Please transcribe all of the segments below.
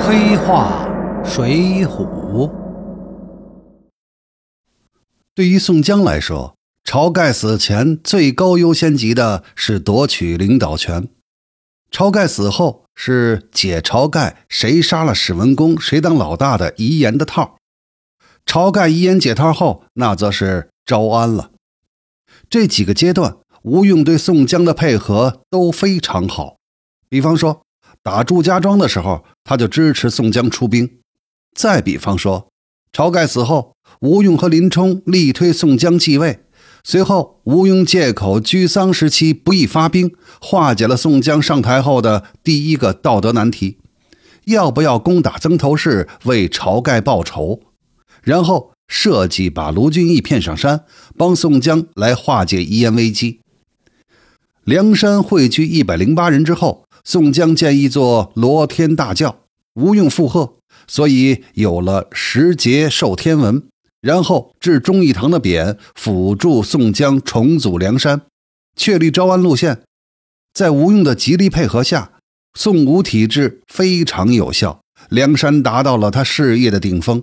黑话水浒。对于宋江来说，晁盖死前最高优先级的是夺取领导权。晁盖死后是解晁盖谁杀了史文恭谁当老大的遗言的套。晁盖遗言解套后，那则是招安了。这几个阶段，吴用对宋江的配合都非常好。比方说打祝家庄的时候，他就支持宋江出兵。再比方说晁盖死后，吴用和林冲力推宋江继位，随后吴用借口居丧时期不宜发兵，化解了宋江上台后的第一个道德难题，要不要攻打曾头市为晁盖报仇，然后设计把卢俊义骗上山，帮宋江来化解遗言危机。梁山汇聚108人之后，宋江建议做罗天大教，吴用附和，所以有了石碣授天文，然后置忠义堂的匾，辅助宋江重组梁山，确立招安路线。在吴用的极力配合下，宋吴体制非常有效，梁山达到了他事业的顶峰。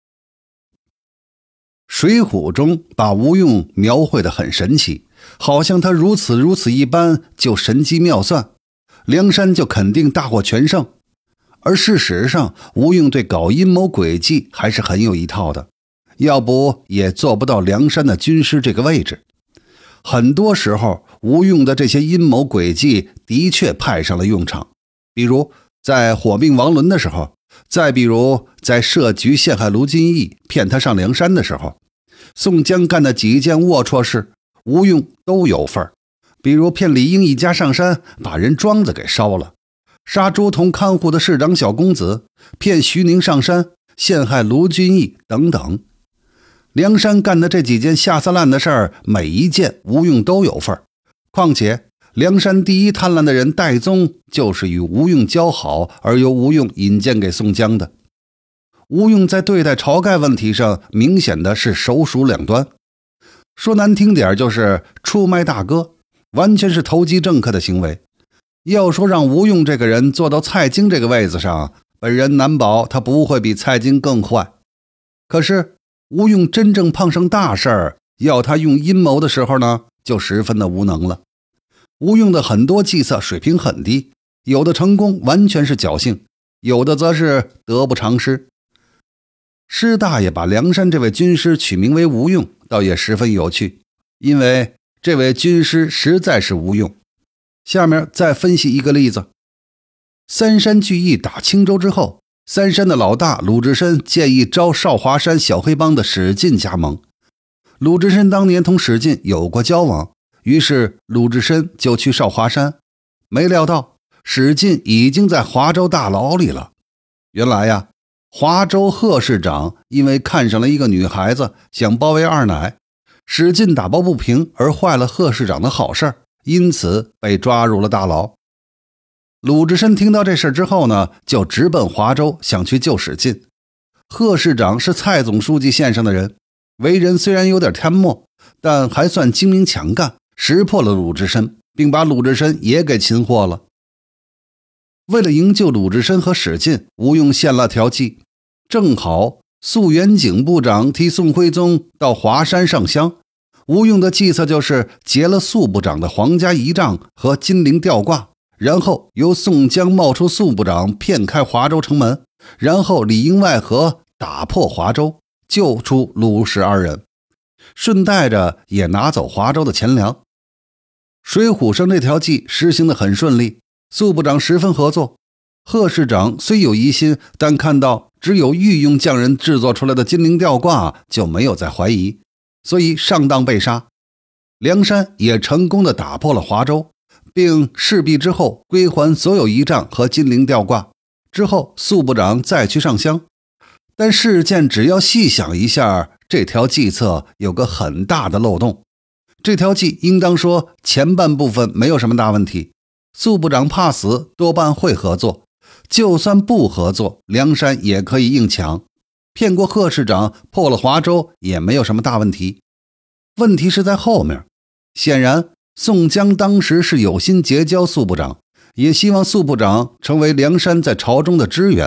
水浒中把吴用描绘得很神奇，好像他如此一般就神机妙算，梁山就肯定大获全胜。而事实上，吴用对搞阴谋诡计还是很有一套的，要不也做不到梁山的军师这个位置。很多时候，吴用的这些阴谋诡计的确派上了用场，比如在火并王伦的时候，再比如在设局陷害卢俊义骗他上梁山的时候，宋江干的几件龌龊事，吴用都有份儿。比如骗李应一家上山，把人庄子给烧了；杀朱仝看护的市长小公子；骗徐宁上山，陷害卢俊义等等。梁山干的这几件下三滥的事儿，每一件吴用都有份儿。况且梁山第一贪婪的人戴宗，就是与吴用交好，而由吴用引荐给宋江的。吴用在对待晁盖问题上，明显的是首鼠两端。说难听点，就是出卖大哥，完全是投机政客的行为。要说让吴用这个人坐到蔡京这个位子上，本人难保他不会比蔡京更坏。可是吴用真正碰上大事儿，要他用阴谋的时候呢，就十分的无能了。吴用的很多计策水平很低，有的成功完全是侥幸，有的则是得不偿失。施大爷把梁山这位军师取名为吴用，倒也十分有趣，因为这位军师实在是吴用。下面再分析一个例子。三山聚义打青州之后，三山的老大鲁智深建议招少华山小黑帮的史进加盟。鲁智深当年同史进有过交往，于是鲁智深就去少华山，没料到史进已经在华州大牢里了。原来呀，华州贺市长因为看上了一个女孩子，想包围二奶，史进打抱不平而坏了贺市长的好事，因此被抓入了大牢。鲁智深听到这事之后呢，就直奔华州，想去救史进。贺市长是蔡总书记线上的人，为人虽然有点贪墨，但还算精明强干，识破了鲁智深，并把鲁智深也给擒获了。为了营救鲁智深和史进，吴用献了条计，正好肃远警部长替宋徽宗到华山上香，吴用的计策就是劫了肃部长的皇家仪仗和金陵吊挂，然后由宋江冒充肃部长骗开华州城门，然后里应外合打破华州，救出鲁史二人，顺带着也拿走华州的钱粮。水浒上这条计实行得很顺利，肃部长十分合作。贺市长虽有疑心，但看到只有御用匠人制作出来的金陵吊挂，就没有再怀疑，所以上当被杀。梁山也成功地打破了华州，并事毕之后归还所有仪仗和金陵吊挂。之后肃部长再去上香。但事件只要细想一下，这条计策有个很大的漏洞。这条计应当说前半部分没有什么大问题，肃部长怕死，多半会合作，就算不合作，梁山也可以硬抢，骗过贺市长，破了华州也没有什么大问题。问题是在后面，显然宋江当时是有心结交肃部长，也希望肃部长成为梁山在朝中的支援，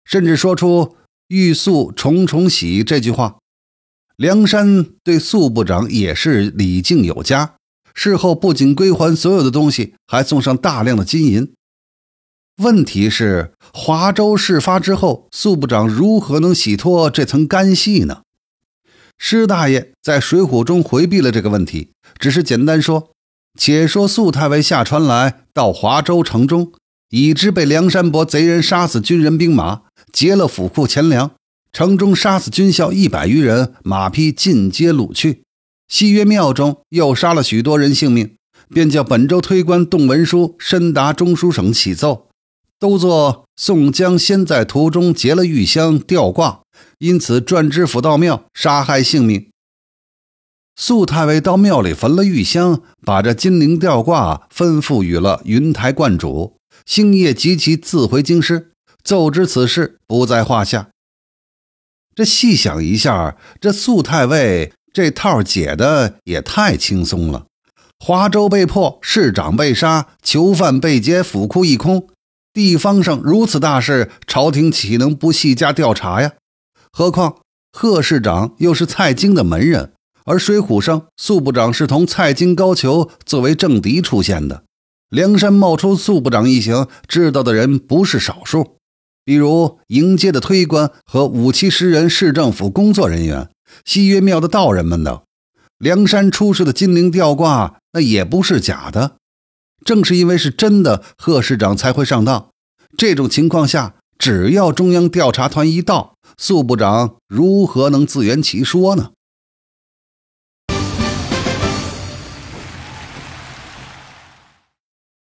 甚至说出欲速重重喜这句话。梁山对宿部长也是礼敬有加，事后不仅归还所有的东西，还送上大量的金银。问题是，华州事发之后，宿部长如何能洗脱这层干系呢？施大爷在《水浒》中回避了这个问题，只是简单说：且说宿太尉下船来到华州城中，已知被梁山伯贼人杀死军人兵马，劫了府库钱粮，城中杀死军校100余人，马匹尽皆掳去。西岳庙中又杀了许多人性命，便叫本州推官动文书申达中书省启奏，都作宋江先在途中劫了玉香吊挂，因此转知府道庙，杀害性命。宿太尉到庙里焚了玉香，把这金陵吊挂吩咐予了云台观主，星夜即其自回京师，奏知此事不在话下。这细想一下，这宿太尉这套解的也太轻松了。华州被破，市长被杀，囚犯被劫，府库一空，地方上如此大事，朝廷岂能不细加调查呀？何况贺市长又是蔡京的门人，而水浒上宿部长是同蔡京、高俅作为政敌出现的。梁山冒出宿部长一行，知道的人不是少数，比如迎接的推官和武器诗人、市政府工作人员、西岳庙的道人们等。梁山出事的金陵吊挂那也不是假的，正是因为是真的，贺市长才会上当。这种情况下，只要中央调查团一到，宿部长如何能自圆其说呢？